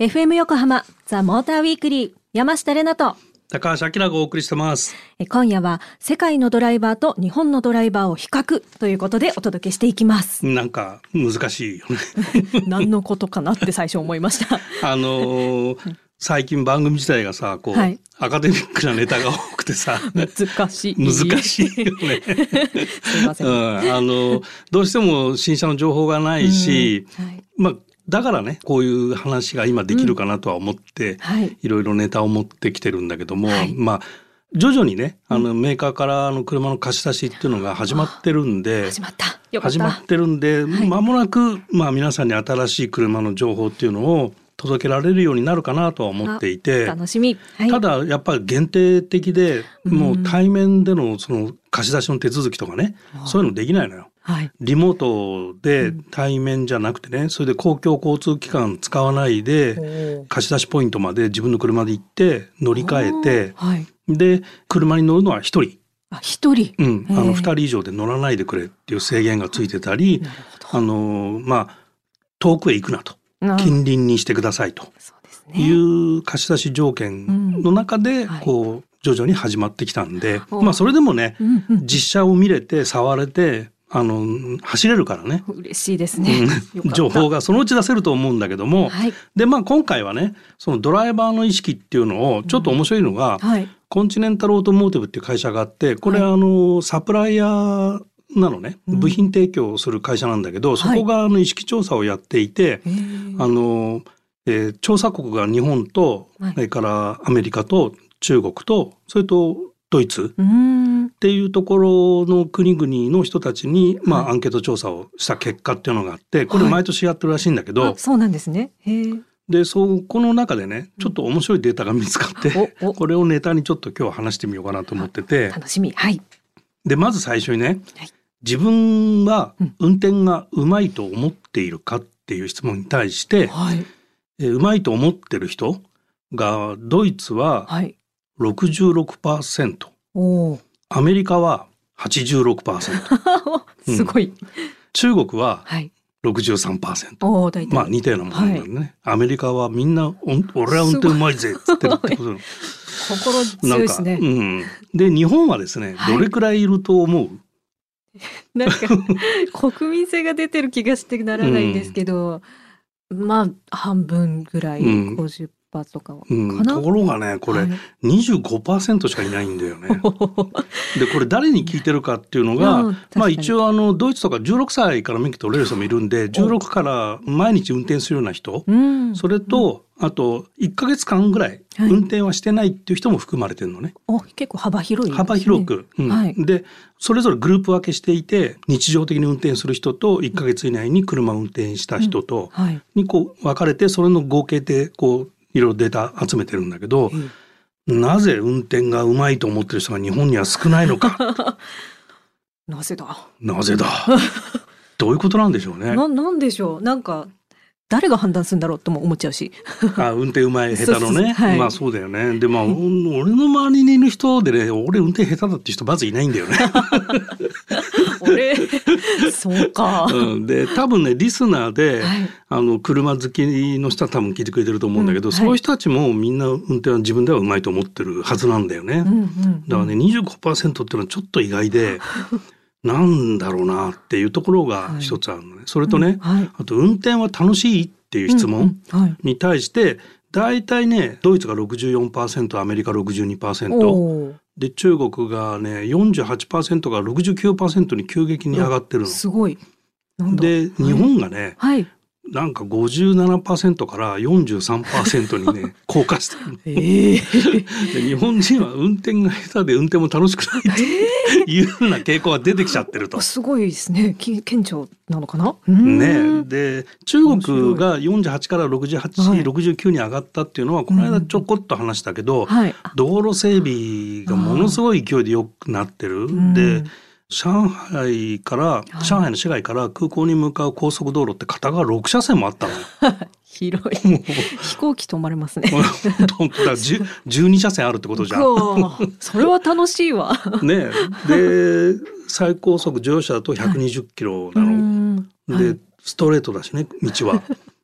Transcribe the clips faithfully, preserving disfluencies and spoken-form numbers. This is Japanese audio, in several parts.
エフエム 横浜ザ・モーターウィークリー、山下れなと高橋明がお送りしてます。 今夜は世界のドライバーと日本のドライバーを比較ということでお届けしていきます。 なんか難しいよね何のことかなって最初思いましたあのー、最近番組自体がさこう、はい、アカデミックなネタが多くてさ難しい難しいよねすいません、 うん、あのどうしても新車の情報がないし、はい、まあだからねこういう話が今できるかなとは思って、うんはい、いろいろネタを持ってきてるんだけども、はい、まあ徐々にねあのメーカーからの車の貸し出しっていうのが始まってるんで、 始まったよかった始まってるんで、はい、間もなく、まあ、皆さんに新しい車の情報っていうのを届けられるようになるかなとは思っていて、 楽しみ、はい、 ただやっぱり限定的でもう対面でのその貸し出しの手続きとかね、うん、そういうのできないのよ、はい、リモートで対面じゃなくてね、それで公共交通機関使わないで貸し出しポイントまで自分の車で行って乗り換えて、はい、で車に乗るのはひとりあ一人、 うん、あのふたり以上で乗らないでくれっていう制限がついてたり、あのまあ遠くへ行くなと、近隣にしてくださいという貸し出し条件の中でこう徐々に始まってきたんで、まあそれでもね実車を見れて触れてあの走れるからね嬉しいですね、 うん、情報がそのうち出せると思うんだけども、はい、でまあ今回はねそのドライバーの意識っていうのをちょっと面白いのが、うんはい、コンチネンタルオートモーティブっていう会社があって、これはあのサプライヤーなのね、部品提供をする会社なんだけど、うん、そこがあの意識調査をやっていて、はい、あの、えー、調査国が日本と、はい、それからアメリカと中国とそれとドイツっていうところの国々の人たちに、まあ、アンケート調査をした結果っていうのがあって、これ毎年やってるらしいんだけど、はい、 そうなんですね。へー。 でそこの中でねちょっと面白いデータが見つかって、うん、これをネタにちょっと今日話してみようかなと思ってて、 楽しみ、はい、 でまず最初にね、はい、自分は運転がうまいと思っているかっていう質問に対して、はい、えうまいと思ってる人がドイツは ろくじゅうろくパーセント、はい、アメリカは はちじゅうろくパーセントすごい、うん、 中国はろくじゅうさんパーセント、はい、まあ似たようなものなんだよね、はい、アメリカはみんな俺は運転うまいぜっつってるってこと心強いですね。 なんか、うん、で日本はですね、はい、どれくらいいると思う？ なんか国民性が出てる気がしてならないんですけど、うん、まあ半分ぐらい、うん、ごじゅっパーセントとかは、うん、 ところがねこれ にじゅうごパーセント しかいないんだよね、はい、でこれ誰に聞いてるかっていうのが、うん、まあ一応あのドイツとかじゅうろくさいから免許取れる人もいるんで、じゅうろくから毎日運転するような人、うん、それと、うん、あといっかげつかんぐらい運転はしてないっていう人も含まれてるのね、 はい、結構幅広いですね。 幅広く、うんはい、でそれぞれグループ分けしていて、日常的に運転する人といっかげつ以内に車を運転した人とにこう分かれて、それの合計でこういろいろデータ集めてるんだけど、うん、なぜ運転がうまいと思ってる人が日本には少ないのかなぜだなぜだどういうことなんでしょうね。 な、なんでしょう、なんか誰が判断するんだろうとも思っちゃうしあ運転うまい下手のねはい、 まあそうだよね。でまあ、うん、俺の周りにいる人でね俺運転下手だって人まずいないんだよね俺そうか、 うん、で多分ねリスナーで、はい、あの車好きの人は多分聞いてくれてると思うんだけど、うんはい、そういう人たちもみんな運転は自分ではうまいと思ってるはずなんだよね、うんうんうん、だからね にじゅうごパーセント っていうのはちょっと意外でなんだろうなっていうところが一つあるのね、はい、それとね、うんはい、あと運転は楽しいっていう質問に対して大体ねドイツが ろくじゅうよんパーセント アメリカ ろくじゅうにパーセント で中国がね よんじゅうはちパーセント が ろくじゅうきゅうパーセント に急激に上がってるの。 すごい。なんだで日本がね、 はい、 なんか ごじゅうななパーセント から よんじゅうさんパーセント にね降下してる、 えー、 で日本人は運転が下手で運転も楽しくないっていうふうな傾向が出てきちゃってると、 すごいですね。顕著なのかな。 ね、で中国がよんじゅうはちからろくじゅうはち、はい、ろくじゅうきゅうに上がったっていうのはこの間ちょこっと話したけど、はい、道路整備がものすごい勢いで良くなってる。で上海から上海の市街から空港に向かう高速道路って片側ろくしゃせんもあったの広い飛行機止まれますね本当だじゅう、じゅうにしゃせんあるってことじゃんそれは楽しいわね。 で最高速乗用車だとひゃくにじゅっキロなの、はい、でストレートだしね道は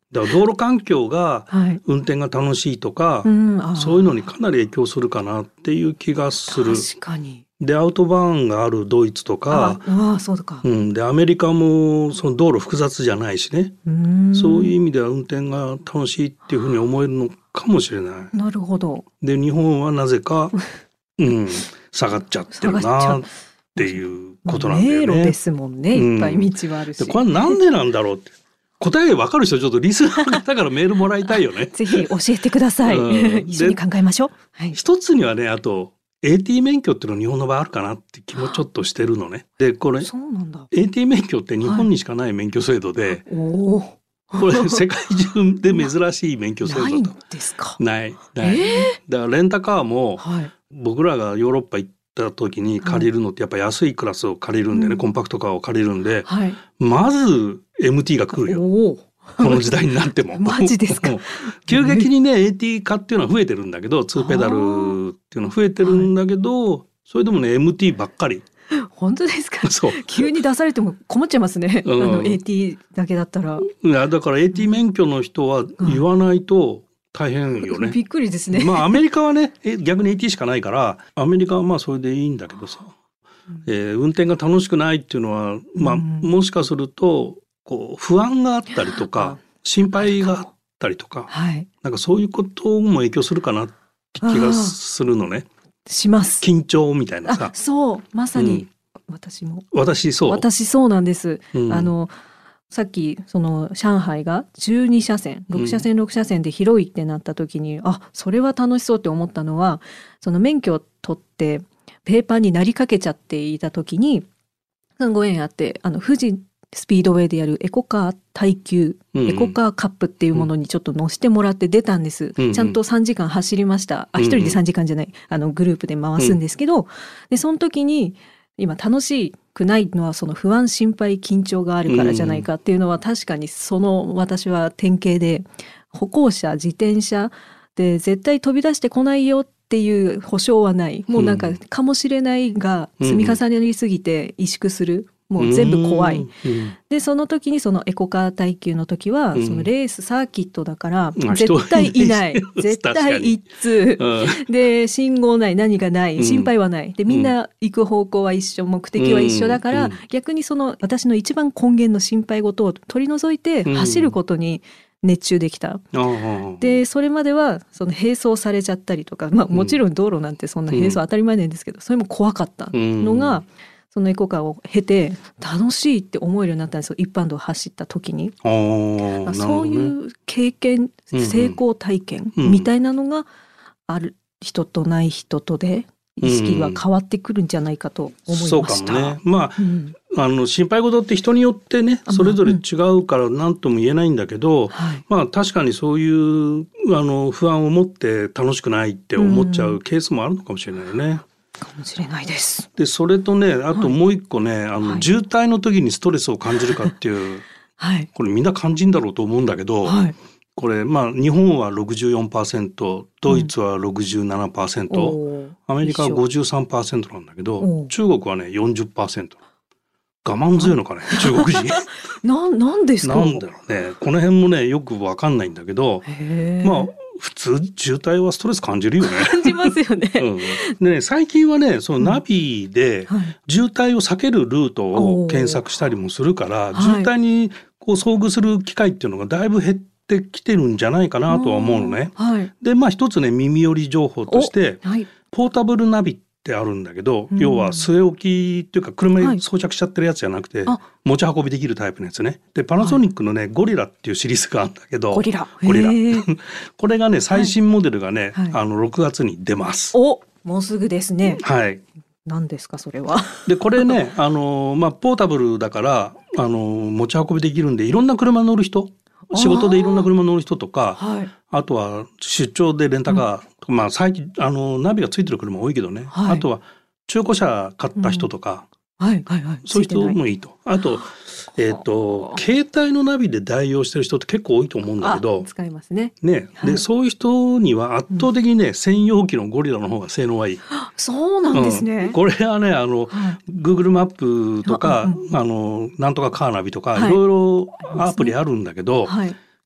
だから道路環境が運転が楽しいとか、はいうん、そういうのにかなり影響するかなっていう気がする。 確かに。 でアウトバーンがあるドイツとか、 ああそうか、 うん、でアメリカもその道路複雑じゃないしね、うんそういう意味では運転が楽しいっていうふうに思えるのかもしれない。 なるほど。 で日本はなぜか、うん、下がっちゃってるなっていうことなんだよね。 迷路ですもんね、いっぱい道はあるし、 うん、でこれなんでなんだろうって答え分かる人ちょっとリスナーの方からメールもらいたいよねぜひ教えてください、うん、一緒に考えましょう、はい、 一つにはねあと エーティー 免許っていうの日本の場合あるかなって気もちょっとしてるのね。でこれそうなんだエーティー 免許って日本にしかない免許制度で、はい、 おこれ世界中で珍しい免許制度だと。 ないんですか。 ないない、 えー、 だからレンタカーも、 はい、 僕らがヨーロッパ行った時に借りるのってやっぱ安いクラスを借りるんでね、うん、コンパクトカーを借りるんで、はい、まず エムティー が来るよこの時代になってもマジですか急激にね エーティー 化っていうのは増えてるんだけどツーペダルっていうのは増えてるんだけど、はい、それでもね エムティー ばっかり。 本当ですか。そう急に出されても困っちゃいますね、うん、あの エーティー だけだったら。 いやだから エーティー 免許の人は言わないと大変よね、 うん、びっくりですね。 まあアメリカはね逆に エーティー しかないからアメリカはまあそれでいいんだけどさ、うんえー、運転が楽しくないっていうのは、まあ、もしかするとこう不安があったりとか心配があったりとか、はい、なんかそういうことも影響するかなって気がするのね。 します。 緊張みたいなさ。 あそうまさに、うん、私も私そう私そうなんです、うん、あのさっきその上海がじゅうにしゃせんろくしゃせんろくしゃせんで広いってなった時に、うん、あそれは楽しそうって思ったのはその免許を取ってペーパーになりかけちゃっていた時にご縁あってあの富士スピードウェイでやるエコカー耐久、うん、エコカーカップっていうものにちょっと乗せてもらって出たんです、うん、ちゃんとさんじかん走りました。あ一人でさんじかんじゃないあのグループで回すんですけど、うん、でその時に今楽しくないのはその不安心配緊張があるからじゃないかっていうのは確かにその私は典型で歩行者自転車で絶対飛び出してこないよっていう保証はないもうなんかかもしれないが積み重なりすぎて萎縮するもう全部怖い、うん、でその時にそのエコカー耐久の時は、うん、そのレースサーキットだから、うん、絶対いない絶対一通、うん、で信号ない何がない心配はない、うん、でみんな行く方向は一緒目的は一緒だから、うん、逆にその私の一番根源の心配事を取り除いて走ることに熱中できた、うん、でそれまではその並走されちゃったりとか、まあ、もちろん道路なんてそんな並走当たり前なんですけど、それも怖かったのが、うんそのエコカーを経て楽しいって思えるようになったんですよ一般道を走った時に。あそういう経験、ね、成功体験みたいなのがある人とない人とで意識は変わってくるんじゃないかと思いました。 そうかもね。まあ、うん、あの心配事って人によってねそれぞれ違うから何とも言えないんだけど、まあ、うん、まあ確かにそういうあの不安を持って楽しくないって思っちゃうケースもあるのかもしれないよね。うんかもしれないです。 でそれとねあともう一個ね、はい、あの、はい、渋滞の時にストレスを感じるかっていう、はい、これみんな感じんだろうと思うんだけど、はい、これまあ日本は ろくじゅうよんパーセント ドイツは ろくじゅうななパーセント、うん、アメリカは ごじゅうさんパーセント なんだけど中国はね よんじゅっパーセント。我慢強いのかね中国人な, なんですか。 なんだろうねこの辺もねよく分かんないんだけどまあ普通渋滞はストレス感じるよね感じますよね、 うん、でね最近はねそのナビで渋滞を避けるルートを検索したりもするから、はい、渋滞にこう遭遇する機会っていうのがだいぶ減ってきてるんじゃないかなとは思うのね、はい、でまあ一つね耳寄り情報として、はい、ポータブルナビってあるんだけど、うん、要は据え置きっていうか車に装着しちゃってるやつじゃなくて、はい、持ち運びできるタイプのやつね。でパナソニックのね、はい、ゴリラっていうシリーズがあるんだけどゴリラゴリラこれがね最新モデルがね、はい、あのろくがつに出ます。 おもうすぐですね。 はい何ですかそれはでこれねあの、まあ、ポータブルだからあの持ち運びできるんでいろんな車乗る人仕事でいろんな車乗る人とか あ,、はい、あとは出張でレンタカー、うん、まあ最近あのナビがついてる車多いけどね、はい、あとは中古車買った人とか、 うんはいはいはい、 そういう人もいいと。あと、えーと、携帯のナビで代用してる人って結構多いと思うんだけど使いますね。 ね、はい、でそういう人には圧倒的にね、うん、専用機のゴリラの方が性能はいい。 そうなんですね、うん、 これはねあの、はい、Google マップとか、うん、あのなんとかカーナビとか、はい、いろいろアプリあるんだけど、はい、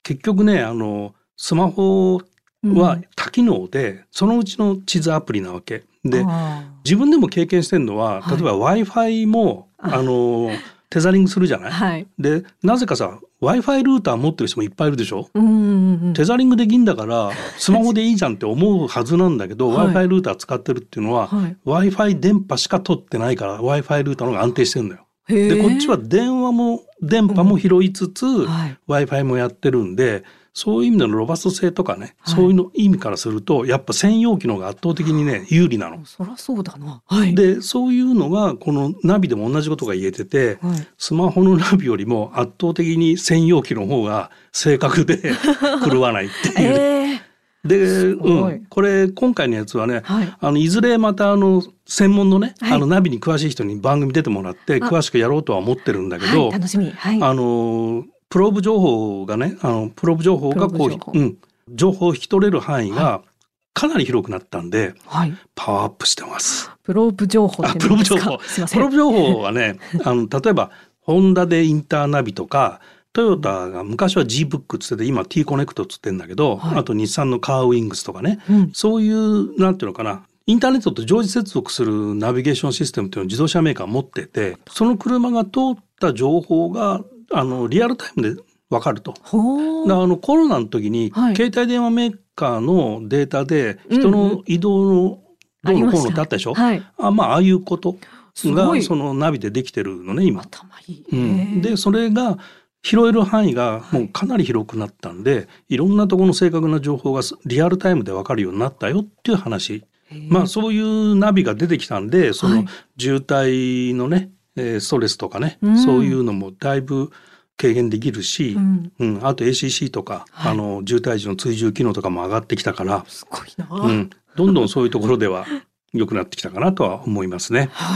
結局ねあのスマホは多機能で、うん、そのうちの地図アプリなわけで、自分でも経験してるのは、例えば Wi-Fi もあのテザリングするじゃない、はい、でなぜかさ Wi-Fi ルーター持ってる人もいっぱいいるでしょ、うんうんうん、テザリングできんだからスマホでいいじゃんって思うはずなんだけど、はい、Wi-Fi ルーター使ってるっていうのは、はい、Wi-Fi 電波しか取ってないから Wi-Fi ルーターの方が安定してるんだよ。でこっちは電話も電波も拾いつつ、うんはい、Wi-Fi もやってるんで、そういう意味でのロバスト性とかね、はい、そういうの意味からするとやっぱ専用機の方が圧倒的にね有利なの。 そりゃそうだな、はい、 でそういうのがこのナビでも同じことが言えてて、はい、スマホのナビよりも圧倒的に専用機の方が正確で狂わないっていう、えーで、うん、これ今回のやつはね、はい、あのいずれまたあの専門のね、はい、あのナビに詳しい人に番組出てもらって詳しくやろうとは思ってるんだけど、 はい、楽しみ、はい、 あのプローブ情報がねあのプローブ情報がこう情報、うん、情報を引き取れる範囲がかなり広くなったんで、はい、パワーアップしてます。 プローブ情報って何ですか？すいません。 プローブ情報はねあの例えばホンダでインターナビとかトヨタが昔は G ブックっつってて今 T コネクトっつってんだけど、はい、あと日産のカーウィングスとかね、うん、そういうなんていうのかなインターネットと常時接続するナビゲーションシステムっていうのを自動車メーカー持ってて、その車が通った情報があのリアルタイムで分かると。ほー。あのコロナの時に、はい、携帯電話メーカーのデータで人の移動のどうのこうのってあったでしょ、はい、あまあああいうことがそのナビでできてるのね今。 頭いい、 うん、でそれが拾える範囲がもうかなり広くなったんで、はい、いろんなところの正確な情報がリアルタイムで分かるようになったよっていう話。まあそういうナビが出てきたんでその渋滞のね、はい、ストレスとかね、うん、そういうのもだいぶ軽減できるし、うんうん、あと エーシーシー とか、はい、あの渋滞時の追従機能とかも上がってきたからすごいな、 うん、どんどんそういうところでは良くなってきたかなとは思いますね。 はい。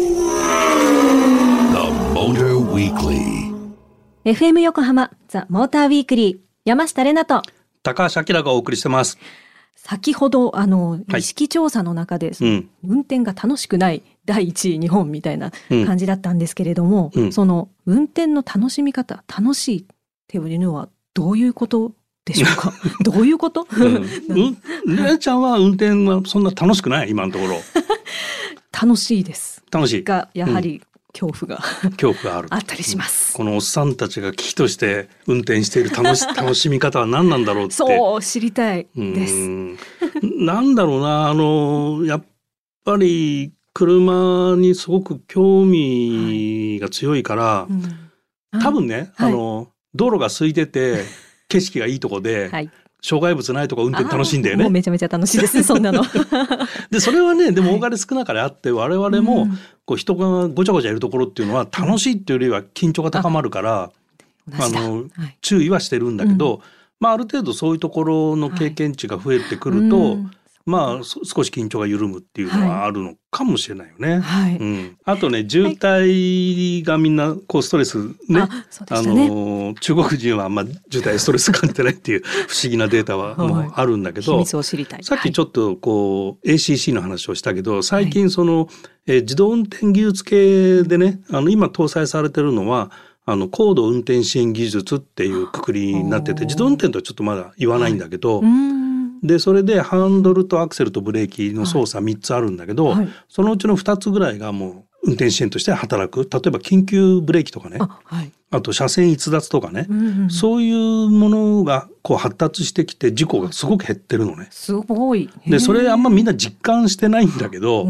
エフエム 横浜ザ・モーターウィークリー山下れなと高橋明がお送りしてます。 先ほどあの意識調査の中で、はい、その運転が楽しくないだいいちい日本みたいな感じだったんですけれども、うん、その運転の楽しみ方楽しいっていうのはどういうことでしょうか？どういうこと？うん、 れなちゃんは運転はそんな楽しくない今のところ？ 楽しいです。 楽しいがやはり、うん恐怖が恐怖があるあったりします。 このおっさんたちが危機として運転している楽し楽しみ方は何なんだろうってそう知りたいです。 うんなんだろうなあのやっぱり車にすごく興味が強いから、はいうん、多分ね、はい、あの道路が空いてて景色がいいとこで、はい障害物ないとこ運転楽しいんだよね。 もうめちゃめちゃ楽しいですそんなのでそれはねでも大金少なかれあって、はい、我々もこう人がごちゃごちゃいるところっていうのは楽しいっていうよりは緊張が高まるから、うん、あの、はい、注意はしてるんだけど、うんまあ、ある程度そういうところの経験値が増えてくると、はいうんまあ少し緊張が緩むっていうのはあるのかもしれないよね。はいうん、あとね渋滞がみんなこうストレスね、はい、あ, あの中国人はあんま渋滞ストレス感じてないっていう不思議なデータはもうあるんだけど、 はい、秘密を知りたい。 さっきちょっとこう エーシーシー の話をしたけど最近その、はいえー、自動運転技術系でねあの今搭載されてるのはあの高度運転支援技術っていうくくりになってて自動運転とはちょっとまだ言わないんだけど、はいうんでそれでハンドルとアクセルとブレーキの操作みっつあるんだけど、はい、そのうちのふたつぐらいがもう運転支援として働く。例えば緊急ブレーキとかね あ,、はい、あと車線逸脱とかね、うんうん、そういうものがこう発達してきて事故がすごく減ってるのね。 すごい。 でそれあんまみんな実感してないんだけど、うん、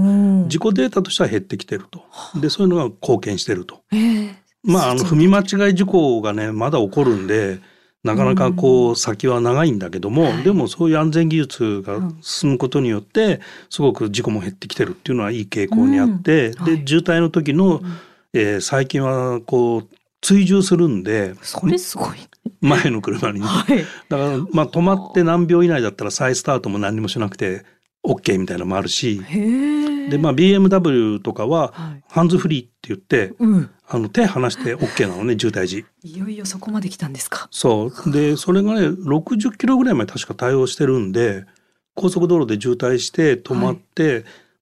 事故データとしては減ってきてると。でそういうのが貢献してると。まああの踏み間違い事故がねまだ起こるんでなかなかこう先は長いんだけども、うん、でもそういう安全技術が進むことによってすごく事故も減ってきてるっていうのはいい傾向にあって、うんはい、で渋滞の時の、うんえー、最近はこう追従するんでそれすごい前の車に、ねはい、だからまあ止まって何秒以内だったら再スタートも何にもしなくて OK みたいなのもあるしで、まあ、ビーエムダブリュー とかはハンズフリーって言って、うん、あの手離して OK なのね渋滞時。 いよいよそこまで来たんですか。 そうでそれがねろくじゅっキロぐらいまで確か対応してるんで高速道路で渋滞して止まって、はい、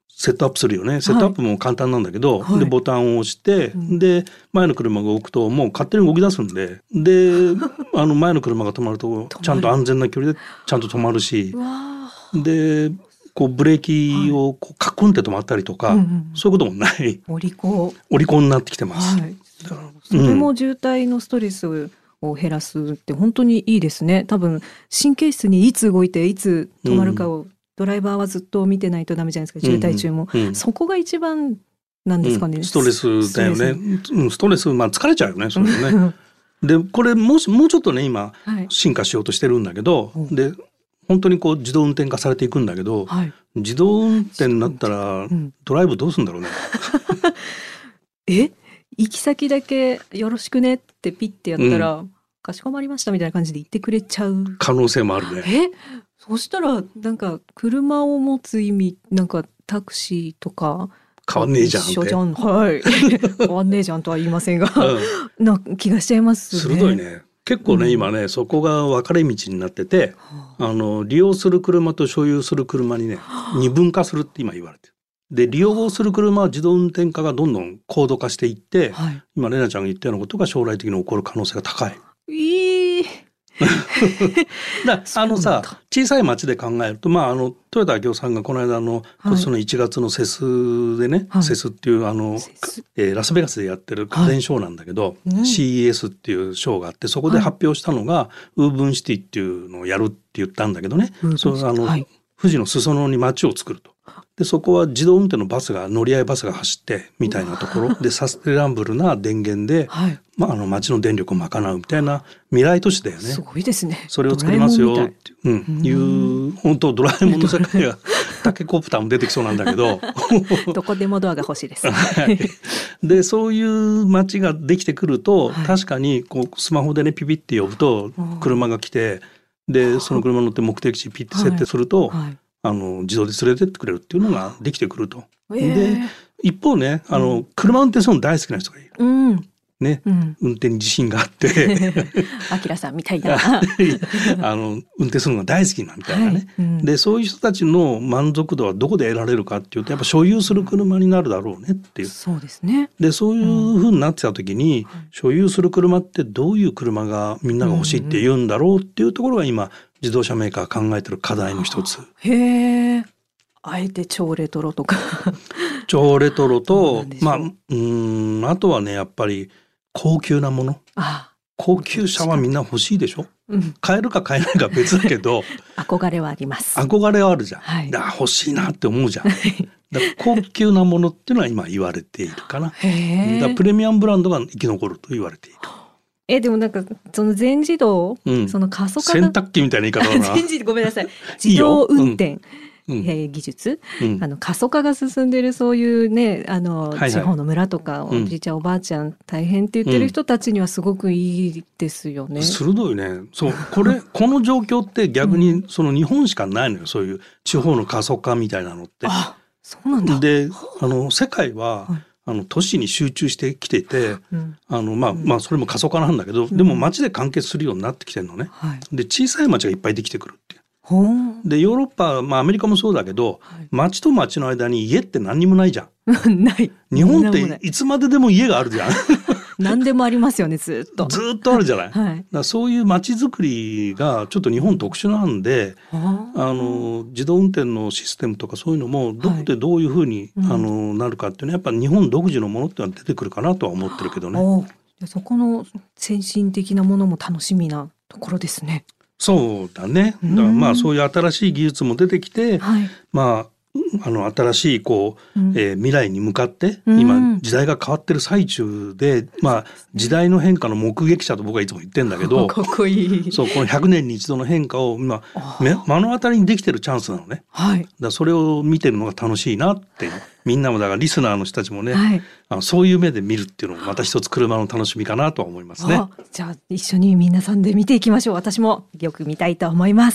セットアップするよね。セットアップも簡単なんだけど、はい、でボタンを押して、はい、で前の車が動くともう勝手に動き出すんで、であの前の車が止まるとちゃんと安全な距離でちゃんと止まるし、でこうブレーキをこうカッコンって止まったりとか、はい、そういうこともない。 お利口お利口になってきてます。はい、 それも渋滞のストレスを減らすって本当にいいですね。多分神経質にいつ動いていつ止まるかを、うん、ドライバーはずっと見てないとダメじゃないですか、渋滞中も、うんうん、そこが一番なんですかね、 うん、ストレスだよね。ストレス、まあ疲れちゃうよね、それねでこれもしもうちょっとね今、はい、進化しようとしてるんだけど、で本当にこう自動運転化されていくんだけど、はい、自動運転になったら、うん、ドライブどうするんだろうねえ行き先だけよろしくねってピッてやったら、うん、かしこまりましたみたいな感じで言ってくれちゃう可能性もあるね。 えそしたらなんか車を持つ意味なんかタクシーとか変わんねえじゃんって一緒じゃん、はい、変わんねえじゃんとは言いませんが、うん、な気がしちゃいますね。 鋭いね。結構ね、うん、今ねそこが分かれ道になってて、うん、あの利用する車と所有する車にね二分化するって今言われてる。で利用する車は自動運転化がどんどん高度化していって、はい、今レナちゃんが言ったようなことが将来的に起こる可能性が高い。 いいだあのさ小さい町で考えると、まあ、あの豊田章さんがこの間の今年のいちがつのセスでね、はい、セスっていうあの、えー、ラスベガスでやってる家電ショーなんだけど、はいうん、シーイーエス っていうショーがあってそこで発表したのが、はい、ウーブンシティっていうのをやるって言ったんだけどね、そのあの、はい、富士の裾野に町を作ると。でそこは自動運転のバスが乗り合いバスが走ってみたいなところでサステナブルな電源で、はいまあ、あの街の電力を賄うみたいな未来都市だよね。 すごいですね。 それを作りますよって、うん、いう本当ドラえもんの世界はタケコプターも出てきそうなんだけどどこでもドアが欲しいです、 はい、でそういう街ができてくると、はい、確かにこうスマホでねピピって呼ぶと車が来てでその車乗って目的地ピッて設定すると、はいはいあの自動で連れてってくれるっていうのができてくると、えー、で一方ねあの、うん、車運転するの大好きな人がいる、うんねうん、運転に自信があってあきらさんみたいなあの運転するのが大好きなみたいなね、はいうん、でそういう人たちの満足度はどこで得られるかっていうとやっぱ所有する車になるだろうねっていう、 そうですね。 でそういう風になってた時に、うん、所有する車ってどういう車がみんなが欲しいって言うんだろうっていうところが今自動車メーカー考えてる課題の一つ。 へえ。あえて超レトロとか超レトロとまあうんあとはねやっぱり高級なもの。ああ高級車はみんな欲しいでしょ、うん、買えるか買えないか別だけど憧れはあります。 憧れはあるじゃん、はい、だ欲しいなって思うじゃんだ高級なものっていうのは今言われているかな。へだプレミアムブランドが生き残ると言われている。 えでもなんかその全自動、うん、その過疎化洗濯機みたいな言い方だな全自動ごめんなさい自動運転いい、うんえー、技術、うん、あの過疎化が進んでるそういうねあの、はいはい、地方の村とかおじいちゃん、うん、おばあちゃん大変って言ってる人たちにはすごくいいですよね、うん、 鋭いね。そうこれこの状況って逆にその日本しかないのよ、そういう地方の過疎化みたいなのって。 あそうなんだ。 であの世界は、はいあの都市に集中してきてて、うん、あのまあまあそれも過疎化なんだけど、うん、でも街で完結するようになってきてるのね、はい、で小さい街がいっぱいできてくるっていう。でヨーロッパ、まあ、アメリカもそうだけど、はい、街と街の間に家って何にもないじゃんない日本っていつまででも家があるじゃん何でもありますよねずっとずっとあるじゃない、はい、だからそういう街づくりがちょっと日本特殊なんであの自動運転のシステムとかそういうのもどこでどういうふうに、はい、あのなるかっていうのはやっぱ日本独自のものってのは出てくるかなとは思ってるけどね。 そこの先進的なものも楽しみなところですね。 そうだね。だからまあそういう新しい技術も出てきて、はい、まああの新しいこう、うんえー、未来に向かって今時代が変わってる最中で、まあ、時代の変化の目撃者と僕はいつも言ってんだけどかっこいい。 そうこのひゃくねんに一度の変化を今目の当たりにできてるチャンスなのね、はい、だからそれを見てるのが楽しいなっていうみんなもだからリスナーの人たちもね、はい、あのそういう目で見るっていうのもまた一つ車の楽しみかなとは思いますね。あじゃあ一緒に皆さんで見ていきましょう。私もよく見たいと思います。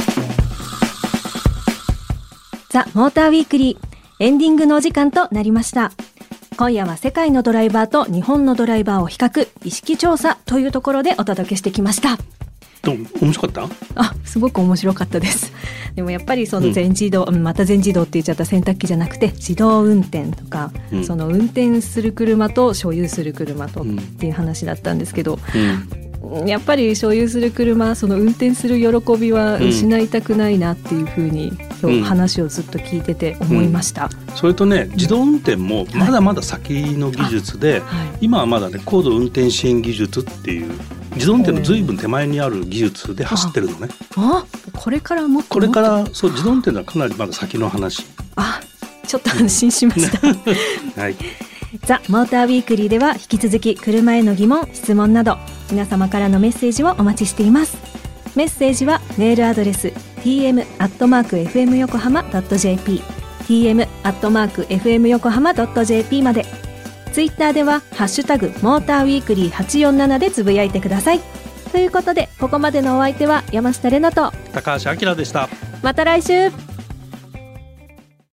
ザ・モーターウィークリーエンディングのお時間となりました。今夜は世界のドライバーと日本のドライバーを比較意識調査というところでお届けしてきました。 どう面白かった？ あ、すごく面白かったです。でもやっぱりその全自動、うん、また全自動って言っちゃった洗濯機じゃなくて自動運転とか、うん、その運転する車と所有する車とっていう話だったんですけど、うん、やっぱり所有する車、その運転する喜びは失いたくないなっていうふうに、今日話をずっと聞いてて思いました、 うんうん、それとね、自動運転もまだまだ先の技術で、はいはい、今はまだね高度運転支援技術っていう自動運転のずいぶん手前にある技術で走ってるのね。 ああ、これからもっとこれからそう自動運転はかなりまだ先の話。 あ、ちょっと安心しました、 はい、 ザ・モーターウィークリーでは引き続き車への疑問、質問など皆様からのメッセージをお待ちしています。メッセージはメールアドレス ティーエム アットマーク エフエム 横浜 ドット ジェーピー ティーエム アットマーク エフエム 横浜 ドット ジェーピー まで。ツイッターではハッシュタグモーターウィークリーはちよんななでつぶやいてください。ということで、ここまでのお相手は山下れなと高橋明でした。 また来週。